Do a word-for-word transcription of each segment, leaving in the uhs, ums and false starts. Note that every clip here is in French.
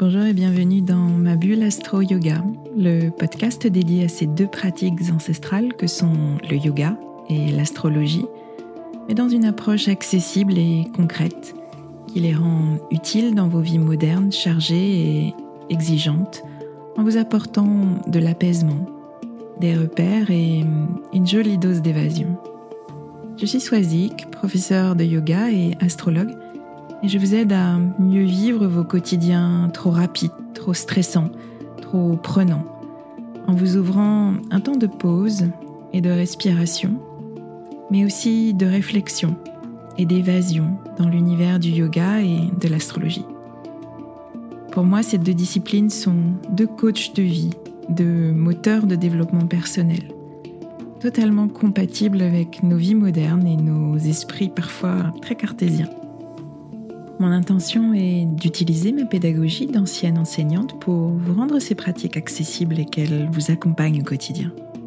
Bonjour et bienvenue dans ma bulle Astro Yoga, le podcast dédié à ces deux pratiques ancestrales que sont le yoga et l'astrologie, mais dans une approche accessible et concrète qui les rend utiles dans vos vies modernes, chargées et exigeantes, en vous apportant de l'apaisement, des repères et une jolie dose d'évasion. Je suis Swazik, professeure de yoga et astrologue, et je vous aide à mieux vivre vos quotidiens trop rapides, trop stressants, trop prenants, en vous ouvrant un temps de pause et de respiration, mais aussi de réflexion et d'évasion dans l'univers du yoga et de l'astrologie. Pour moi, ces deux disciplines sont deux coachs de vie, deux moteurs de développement personnel, totalement compatibles avec nos vies modernes et nos esprits parfois très cartésiens. Mon intention est d'utiliser ma pédagogie d'ancienne enseignante pour vous rendre ces pratiques accessibles et qu'elles vous accompagnent au quotidien.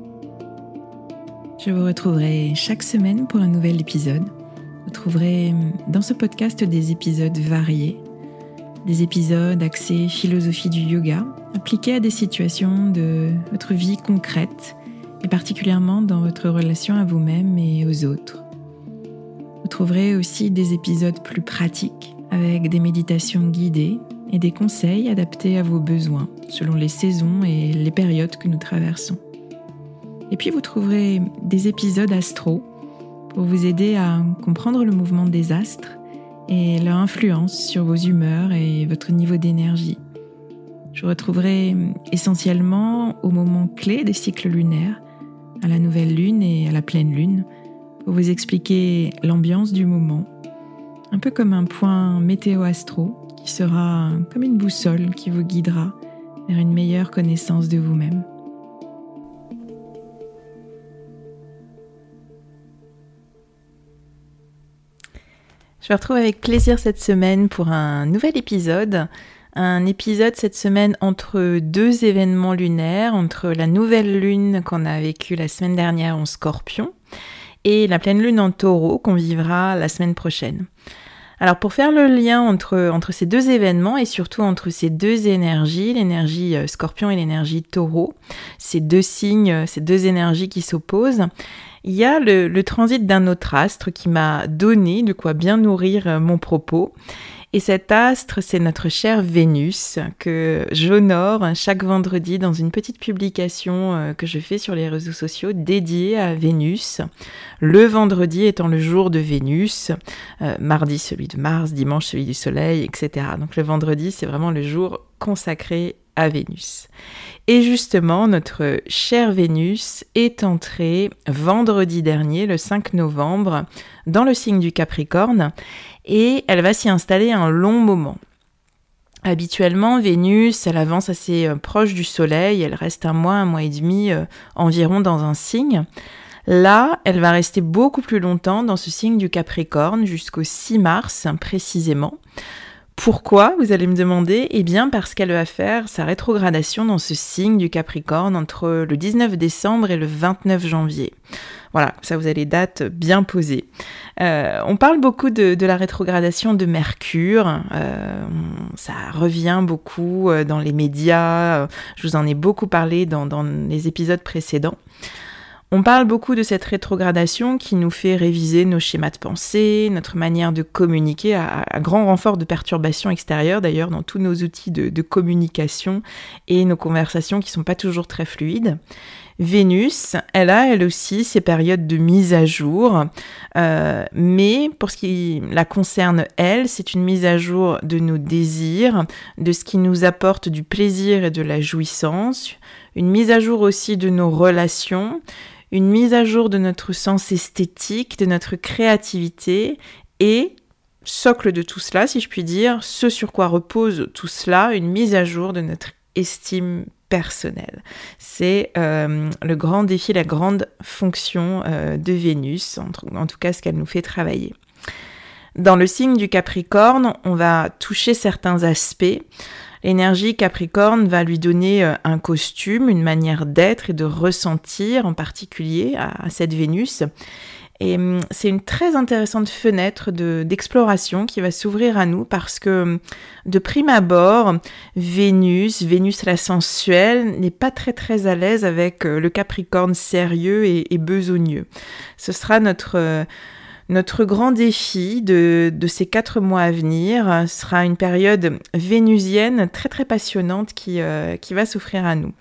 Je vous retrouverai chaque semaine pour un nouvel épisode. Vous trouverez dans ce podcast des épisodes variés, des épisodes axés philosophie du yoga, appliqués à des situations de votre vie concrète et particulièrement dans votre relation à vous-même et aux autres. Vous trouverez aussi des épisodes plus pratiques avec des méditations guidées et des conseils adaptés à vos besoins selon les saisons et les périodes que nous traversons. Et puis vous trouverez des épisodes astro pour vous aider à comprendre le mouvement des astres et leur influence sur vos humeurs et votre niveau d'énergie. Je vous retrouverai essentiellement au moment clé des cycles lunaires, à la nouvelle lune et à la pleine lune, pour vous expliquer l'ambiance du moment, un peu comme un point météo-astro qui sera comme une boussole qui vous guidera vers une meilleure connaissance de vous-même. Je vous retrouve avec plaisir cette semaine pour un nouvel épisode. Un épisode cette semaine entre deux événements lunaires, entre la nouvelle lune qu'on a vécue la semaine dernière en Scorpion et la pleine lune en Taureau qu'on vivra la semaine prochaine. Alors pour faire le lien entre, entre ces deux événements et surtout entre ces deux énergies, l'énergie Scorpion et l'énergie Taureau, ces deux signes, ces deux énergies qui s'opposent, il y a le, le transit d'un autre astre qui m'a donné de quoi bien nourrir mon propos. Et cet astre, c'est notre chère Vénus, que j'honore chaque vendredi dans une petite publication que je fais sur les réseaux sociaux dédiée à Vénus. Le vendredi étant le jour de Vénus, euh, mardi celui de Mars, dimanche celui du Soleil, et cetera. Donc le vendredi, c'est vraiment le jour consacré à Vénus. Et justement, notre chère Vénus est entrée vendredi dernier, le cinq novembre, dans le signe du Capricorne, et elle va s'y installer un long moment. Habituellement, Vénus, elle avance assez proche du Soleil, elle reste un mois, un mois et demi euh, environ dans un signe. Là, elle va rester beaucoup plus longtemps dans ce signe du Capricorne, jusqu'au six mars précisément. Pourquoi, vous allez me demander ? Eh bien parce qu'elle va faire sa rétrogradation dans ce signe du Capricorne entre le dix-neuf décembre et le vingt-neuf janvier. Voilà, ça vous avez les dates bien posées. Euh, on parle beaucoup de, de la rétrogradation de Mercure, euh, on, ça revient beaucoup dans les médias, je vous en ai beaucoup parlé dans, dans les épisodes précédents. On parle beaucoup de cette rétrogradation qui nous fait réviser nos schémas de pensée, notre manière de communiquer à, à grand renfort de perturbations extérieures d'ailleurs dans tous nos outils de, de communication et nos conversations qui ne sont pas toujours très fluides. Vénus, elle a elle aussi ses périodes de mise à jour, euh, mais pour ce qui la concerne elle, c'est une mise à jour de nos désirs, de ce qui nous apporte du plaisir et de la jouissance, une mise à jour aussi de nos relations, une mise à jour de notre sens esthétique, de notre créativité et, socle de tout cela, si je puis dire, ce sur quoi repose tout cela, une mise à jour de notre estime personnelle. C'est euh, le grand défi, la grande fonction euh, de Vénus, en, en tout cas ce qu'elle nous fait travailler. Dans le signe du Capricorne, on va toucher certains aspects. L'énergie Capricorne va lui donner un costume, une manière d'être et de ressentir en particulier à, à cette Vénus. Et hum, c'est une très intéressante fenêtre de, d'exploration qui va s'ouvrir à nous parce que de prime abord, Vénus, Vénus la sensuelle, n'est pas très très à l'aise avec le Capricorne sérieux et, et besogneux. Ce sera notre... Euh, Notre grand défi de, de ces quatre mois à venir sera une période vénusienne très très passionnante qui, euh, qui va s'offrir à nous.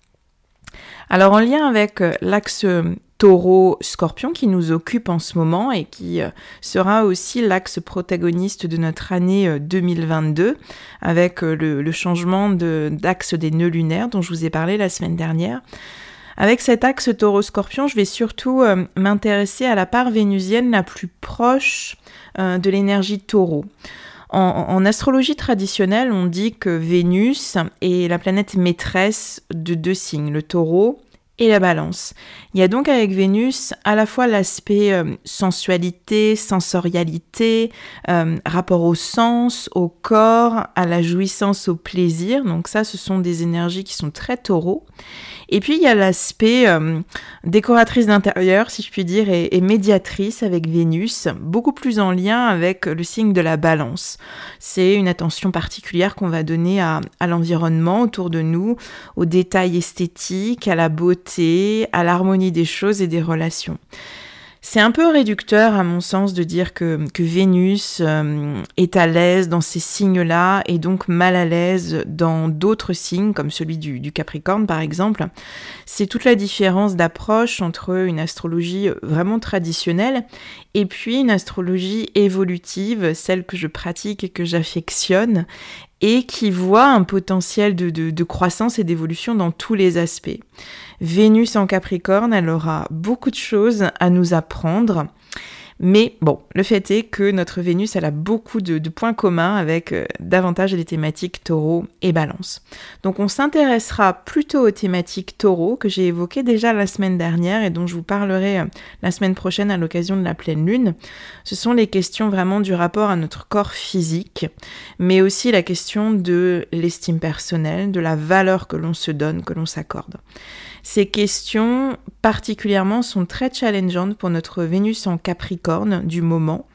Alors en lien avec l'axe Taureau-Scorpion qui nous occupe en ce moment et qui euh, sera aussi l'axe protagoniste de notre année euh, deux mille vingt-deux avec euh, le, le changement de, d'axe des nœuds lunaires dont je vous ai parlé la semaine dernière. Avec cet axe Taureau-Scorpion, je vais surtout euh, m'intéresser à la part vénusienne la plus proche euh, de l'énergie Taureau. En, en astrologie traditionnelle, on dit que Vénus est la planète maîtresse de deux signes, le Taureau et la Balance. Il y a donc avec Vénus à la fois l'aspect euh, sensualité, sensorialité, euh, rapport au sens, au corps, à la jouissance, au plaisir. Donc ça, ce sont des énergies qui sont très Taureau. Et puis, il y a l'aspect euh, décoratrice d'intérieur, si je puis dire, et, et médiatrice avec Vénus, beaucoup plus en lien avec le signe de la Balance. C'est une attention particulière qu'on va donner à, à l'environnement autour de nous, aux détails esthétiques, à la beauté, à l'harmonie des choses et des relations. C'est un peu réducteur à mon sens de dire que, que Vénus euh, est à l'aise dans ces signes-là et donc mal à l'aise dans d'autres signes comme celui du, du Capricorne par exemple. C'est toute la différence d'approche entre une astrologie vraiment traditionnelle et puis une astrologie évolutive, celle que je pratique et que j'affectionne et qui voit un potentiel de, de, de croissance et d'évolution dans tous les aspects. Vénus en Capricorne, elle aura beaucoup de choses à nous apprendre. Mais bon, le fait est que notre Vénus, elle a beaucoup de, de points communs avec euh, davantage les thématiques Taureau et Balance. Donc on s'intéressera plutôt aux thématiques Taureau que j'ai évoquées déjà la semaine dernière et dont je vous parlerai euh, la semaine prochaine à l'occasion de la pleine lune. Ce sont les questions vraiment du rapport à notre corps physique, mais aussi la question de l'estime personnelle, de la valeur que l'on se donne, que l'on s'accorde. Ces questions particulièrement sont très challengeantes pour notre Vénus en Capricorne du moment.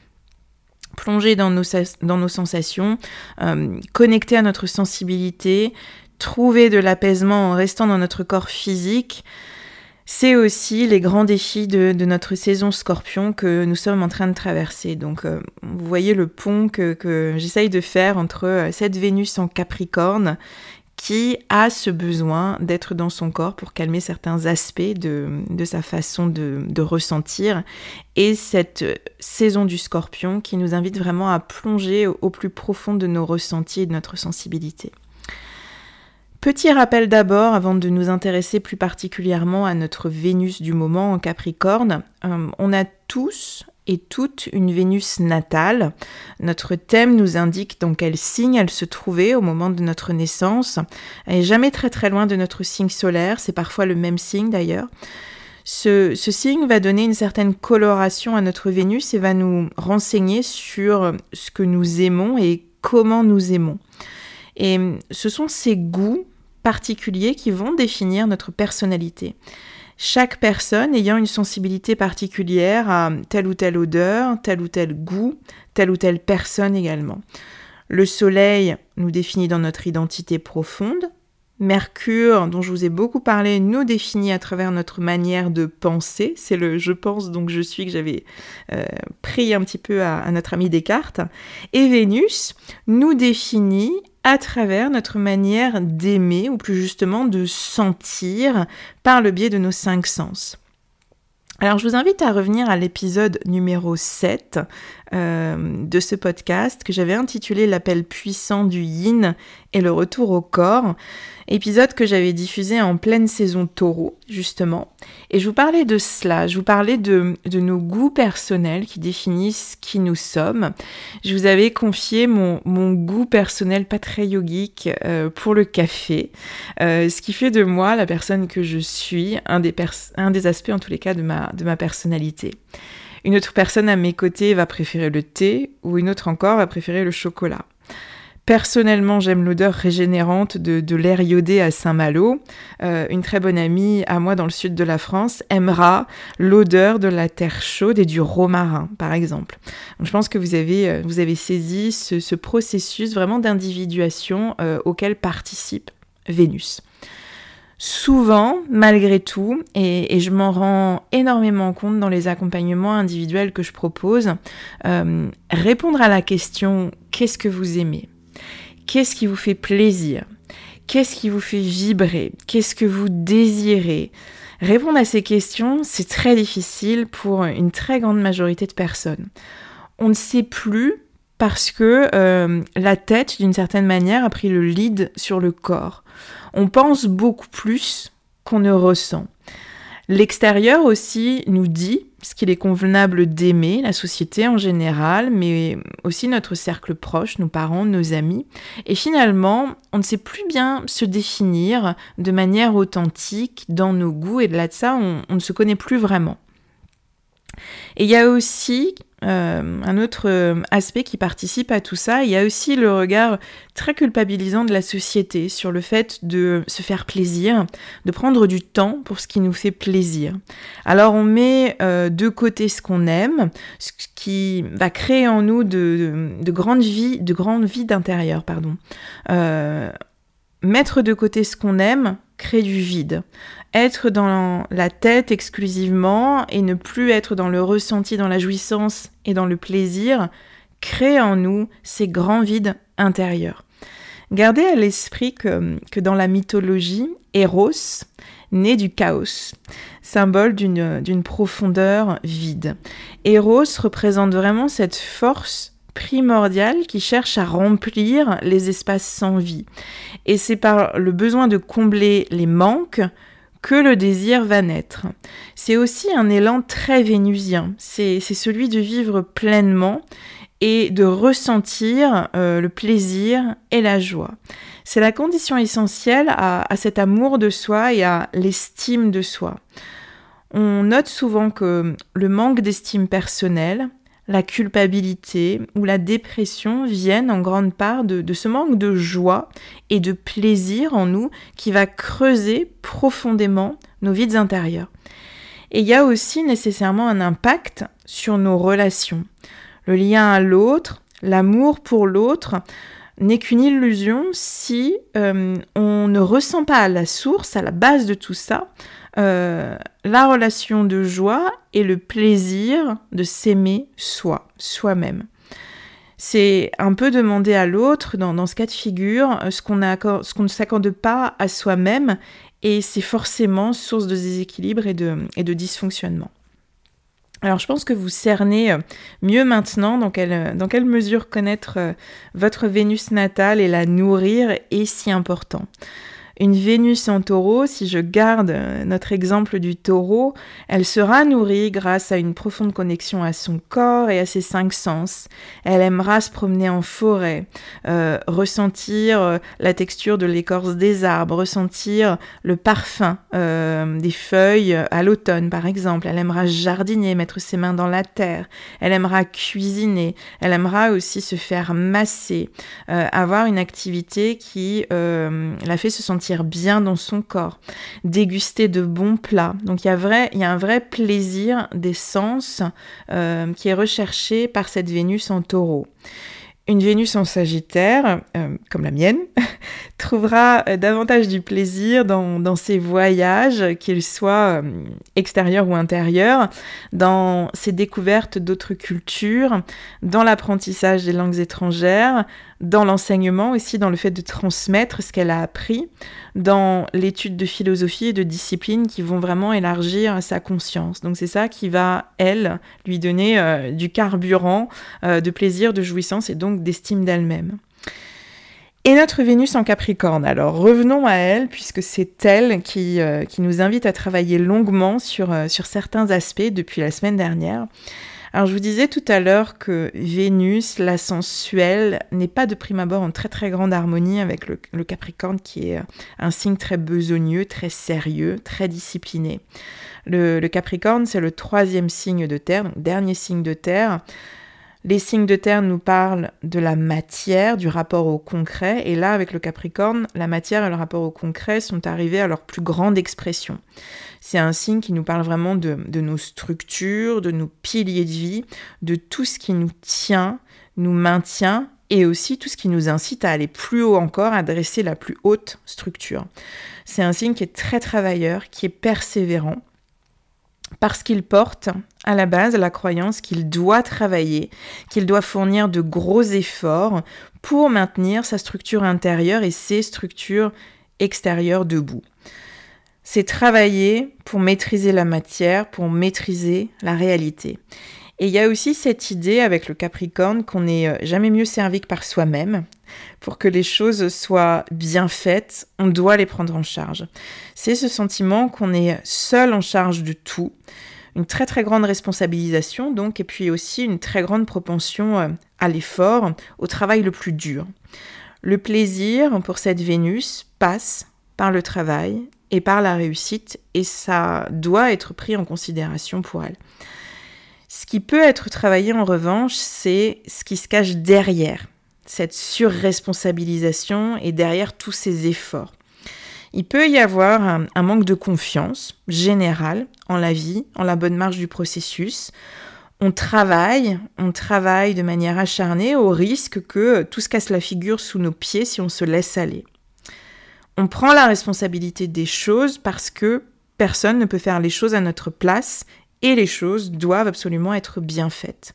Plonger dans nos, dans nos sensations, euh, connecter à notre sensibilité, trouver de l'apaisement en restant dans notre corps physique, c'est aussi les grands défis de, de notre saison Scorpion que nous sommes en train de traverser. Donc euh, vous voyez le pont que, que j'essaye de faire entre cette Vénus en Capricorne qui a ce besoin d'être dans son corps pour calmer certains aspects de, de sa façon de, de ressentir, et cette saison du Scorpion qui nous invite vraiment à plonger au, au plus profond de nos ressentis et de notre sensibilité. Petit rappel d'abord, avant de nous intéresser plus particulièrement à notre Vénus du moment en Capricorne, euh, on a tous et toute une Vénus natale. Notre thème nous indique dans quel signe elle se trouvait au moment de notre naissance. Elle n'est jamais très très loin de notre signe solaire, c'est parfois le même signe d'ailleurs. Ce, ce signe va donner une certaine coloration à notre Vénus et va nous renseigner sur ce que nous aimons et comment nous aimons. Et ce sont ces goûts particuliers qui vont définir notre personnalité. Chaque personne ayant une sensibilité particulière à telle ou telle odeur, tel ou tel goût, telle ou telle personne également. Le soleil nous définit dans notre identité profonde. Mercure, dont je vous ai beaucoup parlé, nous définit à travers notre manière de penser. C'est le « je pense donc je suis » que j'avais euh, pris un petit peu à, à notre ami Descartes. Et Vénus nous définit à travers notre manière d'aimer, ou plus justement de sentir, par le biais de nos cinq sens. Alors je vous invite à revenir à l'épisode numéro sept euh, de ce podcast que j'avais intitulé « L'appel puissant du yin et le retour au corps », épisode que j'avais diffusé en pleine saison Taureau, justement. Et je vous parlais de cela, je vous parlais de, de nos goûts personnels qui définissent qui nous sommes. Je vous avais confié mon, mon goût personnel pas très yogique euh, pour le café, euh, ce qui fait de moi la personne que je suis, un des, pers- un des aspects en tous les cas de ma, de ma personnalité. Une autre personne à mes côtés va préférer le thé, ou une autre encore va préférer le chocolat. Personnellement, j'aime l'odeur régénérante de, de l'air iodé à Saint-Malo. Euh, une très bonne amie à moi dans le sud de la France aimera l'odeur de la terre chaude et du romarin, par exemple. Donc, je pense que vous avez, vous avez saisi ce, ce processus vraiment d'individuation euh, auquel participe Vénus. Souvent, malgré tout, et, et je m'en rends énormément compte dans les accompagnements individuels que je propose, euh, répondre à la question « Qu'est-ce que vous aimez ? Qu'est-ce qui vous fait plaisir ? Qu'est-ce qui vous fait vibrer ? Qu'est-ce que vous désirez ? » Répondre à ces questions, c'est très difficile pour une très grande majorité de personnes. On ne sait plus parce que euh, la tête, d'une certaine manière, a pris le lead sur le corps. On pense beaucoup plus qu'on ne ressent. L'extérieur aussi nous dit ce qu'il est convenable d'aimer, la société en général, mais aussi notre cercle proche, nos parents, nos amis. Et finalement, on ne sait plus bien se définir de manière authentique dans nos goûts, et de-delà de ça, on, on ne se connaît plus vraiment. Et il y a aussi euh, un autre aspect qui participe à tout ça, il y a aussi le regard très culpabilisant de la société sur le fait de se faire plaisir, de prendre du temps pour ce qui nous fait plaisir. Alors on met euh, de côté ce qu'on aime, ce qui va créer en nous de, de, de grandes vies, de grandes vies d'intérieur, pardon. Euh, mettre de côté ce qu'on aime crée du vide. Être dans la tête exclusivement et ne plus être dans le ressenti, dans la jouissance et dans le plaisir, crée en nous ces grands vides intérieurs. Gardez à l'esprit que, que dans la mythologie, Eros naît du chaos, symbole d'une, d'une profondeur vide. Eros représente vraiment cette force primordiale qui cherche à remplir les espaces sans vie. Et c'est par le besoin de combler les manques que le désir va naître. C'est aussi un élan très vénusien, c'est, c'est celui de vivre pleinement et de ressentir euh, le plaisir et la joie. C'est la condition essentielle à, à cet amour de soi et à l'estime de soi. On note souvent que le manque d'estime personnelle, la culpabilité ou la dépression viennent en grande part de, de ce manque de joie et de plaisir en nous qui va creuser profondément nos vides intérieurs. Et il y a aussi nécessairement un impact sur nos relations. Le lien à l'autre, l'amour pour l'autre, n'est qu'une illusion si euh, on ne ressent pas à la source, à la base de tout ça, Euh, la relation de joie et le plaisir de s'aimer soi, soi-même. C'est un peu demander à l'autre, dans, dans ce cas de figure, ce qu'on, a, ce qu'on ne s'accorde pas à soi-même, et c'est forcément source de déséquilibre et de, et de dysfonctionnement. Alors je pense que vous cernez mieux maintenant dans quelle, dans quelle mesure connaître votre Vénus natale et la nourrir est si important. Une Vénus en taureau, si je garde notre exemple du taureau, elle sera nourrie grâce à une profonde connexion à son corps et à ses cinq sens. Elle aimera se promener en forêt, euh, ressentir la texture de l'écorce des arbres, ressentir le parfum euh, des feuilles à l'automne par exemple. Elle aimera jardiner, mettre ses mains dans la terre. Elle aimera cuisiner. Elle aimera aussi se faire masser, euh, avoir une activité qui euh, la fait se sentir bien dans son corps, déguster de bons plats. Donc il y a, vrai, il y a un vrai plaisir des sens euh, qui est recherché par cette Vénus en taureau. Une Vénus en Sagittaire, euh, comme la mienne, trouvera euh, davantage du plaisir dans, dans ses voyages, qu'ils soient euh, extérieurs ou intérieurs, dans ses découvertes d'autres cultures, dans l'apprentissage des langues étrangères, dans l'enseignement aussi, dans le fait de transmettre ce qu'elle a appris, dans l'étude de philosophie et de discipline qui vont vraiment élargir sa conscience. Donc c'est ça qui va, elle, lui donner euh, du carburant, euh, de plaisir, de jouissance et donc d'estime d'elle-même. Et notre Vénus en Capricorne, alors revenons à elle, puisque c'est elle qui, euh, qui nous invite à travailler longuement sur, euh, sur certains aspects depuis la semaine dernière. Alors je vous disais tout à l'heure que Vénus, la sensuelle, n'est pas de prime abord en très très grande harmonie avec le, le Capricorne qui est un signe très besogneux, très sérieux, très discipliné. Le, le Capricorne, c'est le troisième signe de terre, donc dernier signe de terre. Les signes de terre nous parlent de la matière, du rapport au concret. Et là, avec le Capricorne, la matière et le rapport au concret sont arrivés à leur plus grande expression. C'est un signe qui nous parle vraiment de, de nos structures, de nos piliers de vie, de tout ce qui nous tient, nous maintient, et aussi tout ce qui nous incite à aller plus haut encore, à dresser la plus haute structure. C'est un signe qui est très travailleur, qui est persévérant, parce qu'il porte à la base la croyance qu'il doit travailler, qu'il doit fournir de gros efforts pour maintenir sa structure intérieure et ses structures extérieures debout. C'est travailler pour maîtriser la matière, pour maîtriser la réalité. Et il y a aussi cette idée avec le Capricorne qu'on n'est jamais mieux servi que par soi-même. Pour que les choses soient bien faites, on doit les prendre en charge. C'est ce sentiment qu'on est seul en charge de tout, une très très grande responsabilisation donc, et puis aussi une très grande propension à l'effort, au travail le plus dur. Le plaisir pour cette Vénus passe par le travail et par la réussite, et ça doit être pris en considération pour elle. Ce qui peut être travaillé en revanche, c'est ce qui se cache derrière cette surresponsabilisation et derrière tous ces efforts. Il peut y avoir un, un manque de confiance générale en la vie, en la bonne marche du processus. On travaille, on travaille de manière acharnée au risque que tout se casse la figure sous nos pieds si on se laisse aller. On prend la responsabilité des choses parce que personne ne peut faire les choses à notre place et les choses doivent absolument être bien faites.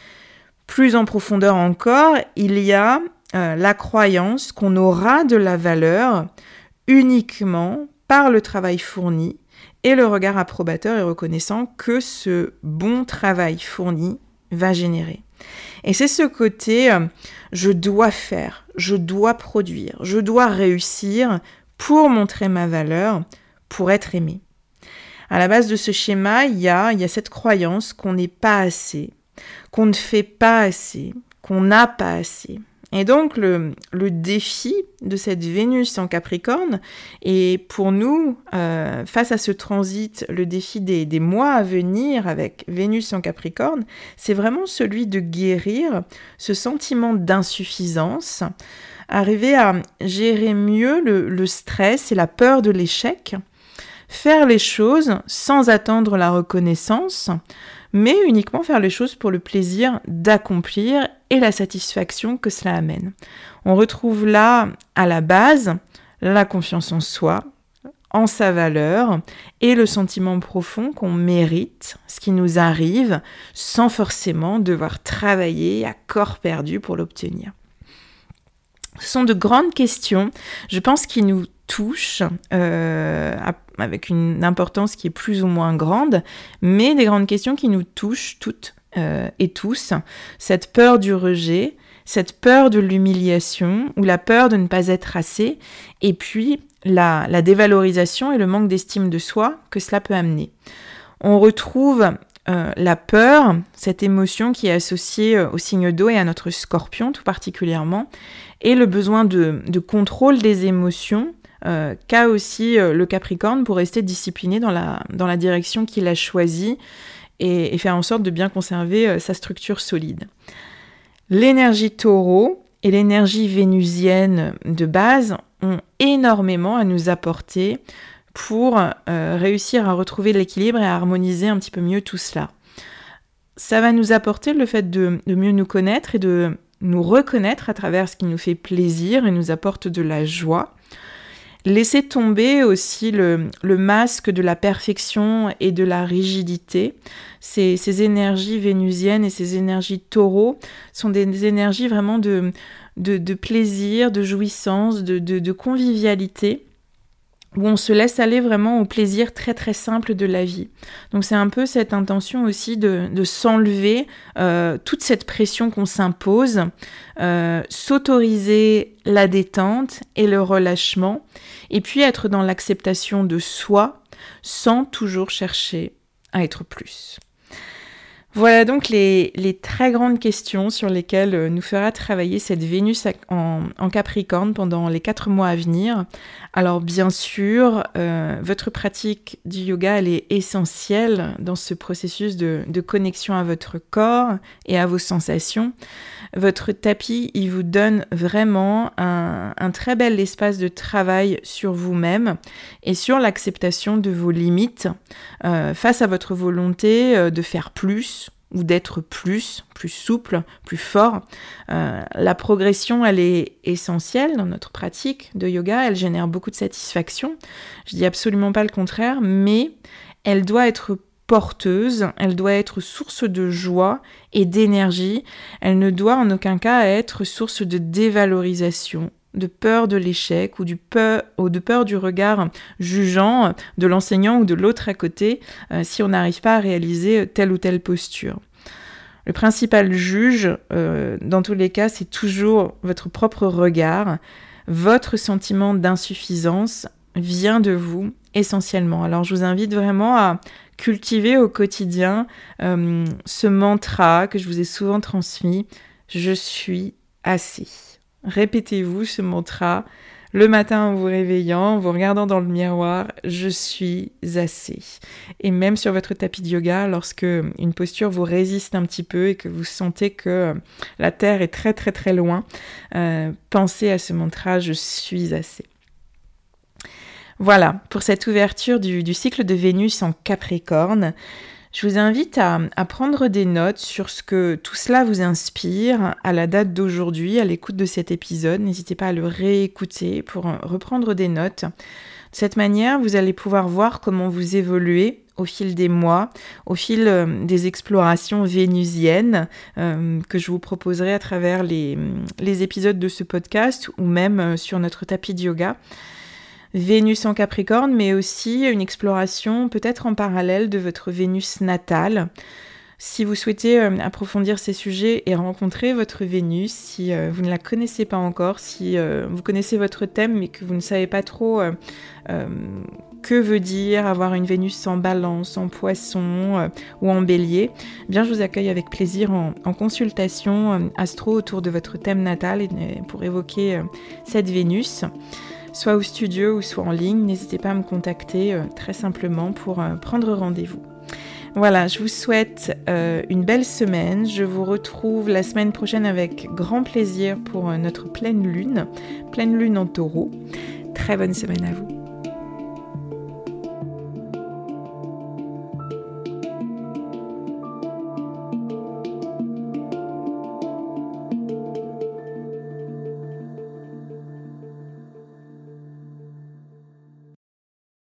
Plus en profondeur encore, il y a euh, la croyance qu'on aura de la valeur uniquement par le travail fourni et le regard approbateur et reconnaissant que ce bon travail fourni va générer. Et c'est ce côté euh, je dois faire, je dois produire, je dois réussir pour montrer ma valeur, pour être aimé. À la base de ce schéma, il y a, il y a cette croyance qu'on n'est pas assez, qu'on ne fait pas assez, qu'on n'a pas assez. Et donc, le, le défi de cette Vénus en Capricorne, et pour nous, euh, face à ce transit, le défi des, des mois à venir avec Vénus en Capricorne, c'est vraiment celui de guérir ce sentiment d'insuffisance, arriver à gérer mieux le, le stress et la peur de l'échec, faire les choses sans attendre la reconnaissance, mais uniquement faire les choses pour le plaisir d'accomplir et la satisfaction que cela amène. On retrouve là, à la base, la confiance en soi, en sa valeur, et le sentiment profond qu'on mérite ce qui nous arrive, sans forcément devoir travailler à corps perdu pour l'obtenir. Ce sont de grandes questions, je pense, qui nous touchent euh, avec une importance qui est plus ou moins grande, mais des grandes questions qui nous touchent toutes euh, et tous. Cette peur du rejet, cette peur de l'humiliation ou la peur de ne pas être assez, et puis la, la dévalorisation et le manque d'estime de soi que cela peut amener. On retrouve Euh, la peur, cette émotion qui est associée euh, au signe d'eau et à notre scorpion tout particulièrement, et le besoin de, de contrôle des émotions euh, qu'a aussi euh, le Capricorne pour rester discipliné dans la, dans la direction qu'il a choisie et, et faire en sorte de bien conserver euh, sa structure solide. L'énergie taureau et l'énergie vénusienne de base ont énormément à nous apporter pour euh, réussir à retrouver l'équilibre et à harmoniser un petit peu mieux tout cela. Ça va nous apporter le fait de, de mieux nous connaître et de nous reconnaître à travers ce qui nous fait plaisir et nous apporte de la joie. Laisser tomber aussi le, le masque de la perfection et de la rigidité. Ces, ces énergies vénusiennes et ces énergies taureaux sont des, des énergies vraiment de, de, de plaisir, de jouissance, de, de, de convivialité, où on se laisse aller vraiment au plaisir très très simple de la vie. Donc c'est un peu cette intention aussi de, de s'enlever euh, toute cette pression qu'on s'impose, euh, s'autoriser la détente et le relâchement, et puis être dans l'acceptation de soi, sans toujours chercher à être plus. Voilà donc les, les très grandes questions sur lesquelles nous fera travailler cette Vénus en, en Capricorne pendant les quatre mois à venir. Alors bien sûr, euh, votre pratique du yoga, elle est essentielle dans ce processus de, de connexion à votre corps et à vos sensations. Votre tapis, il vous donne vraiment un, un très bel espace de travail sur vous-même et sur l'acceptation de vos limites euh, face à votre volonté euh, de faire plus ou d'être plus, plus souple, plus fort. Euh, la progression, elle est essentielle dans notre pratique de yoga, elle génère beaucoup de satisfaction. Je dis absolument pas le contraire, mais elle doit être porteuse, elle doit être source de joie et d'énergie, elle ne doit en aucun cas être source de dévalorisation, de peur de l'échec ou, du peur, ou de peur du regard jugeant de l'enseignant ou de l'autre à côté euh, si on n'arrive pas à réaliser telle ou telle posture. Le principal juge, euh, dans tous les cas, c'est toujours votre propre regard. Votre sentiment d'insuffisance vient de vous essentiellement. Alors je vous invite vraiment à cultiver au quotidien euh, ce mantra que je vous ai souvent transmis, je suis assez. Répétez-vous ce mantra le matin en vous réveillant, en vous regardant dans le miroir, je suis assez. Et même sur votre tapis de yoga, lorsque une posture vous résiste un petit peu et que vous sentez que la terre est très très très loin, euh, pensez à ce mantra, je suis assez. Voilà, pour cette ouverture du, du cycle de Vénus en Capricorne, je vous invite à, à prendre des notes sur ce que tout cela vous inspire à la date d'aujourd'hui, à l'écoute de cet épisode. N'hésitez pas à le réécouter pour reprendre des notes. De cette manière, vous allez pouvoir voir comment vous évoluez au fil des mois, au fil euh, des explorations vénusiennes euh, que je vous proposerai à travers les, les épisodes de ce podcast ou même euh, sur notre tapis de yoga. Vénus en Capricorne, mais aussi une exploration peut-être en parallèle de votre Vénus natale. Si vous souhaitez euh, approfondir ces sujets et rencontrer votre Vénus, si euh, vous ne la connaissez pas encore, si euh, vous connaissez votre thème mais que vous ne savez pas trop euh, euh, que veut dire avoir une Vénus en Balance, en Poisson euh, ou en Bélier, eh bien je vous accueille avec plaisir en, en consultation euh, astro autour de votre thème natal et, et pour évoquer euh, cette Vénus. Soit au studio ou soit en ligne, n'hésitez pas à me contacter euh, très simplement pour euh, prendre rendez-vous. Voilà, je vous souhaite euh, une belle semaine. Je vous retrouve la semaine prochaine avec grand plaisir pour euh, notre pleine lune, pleine lune en Taureau. Très bonne semaine à vous.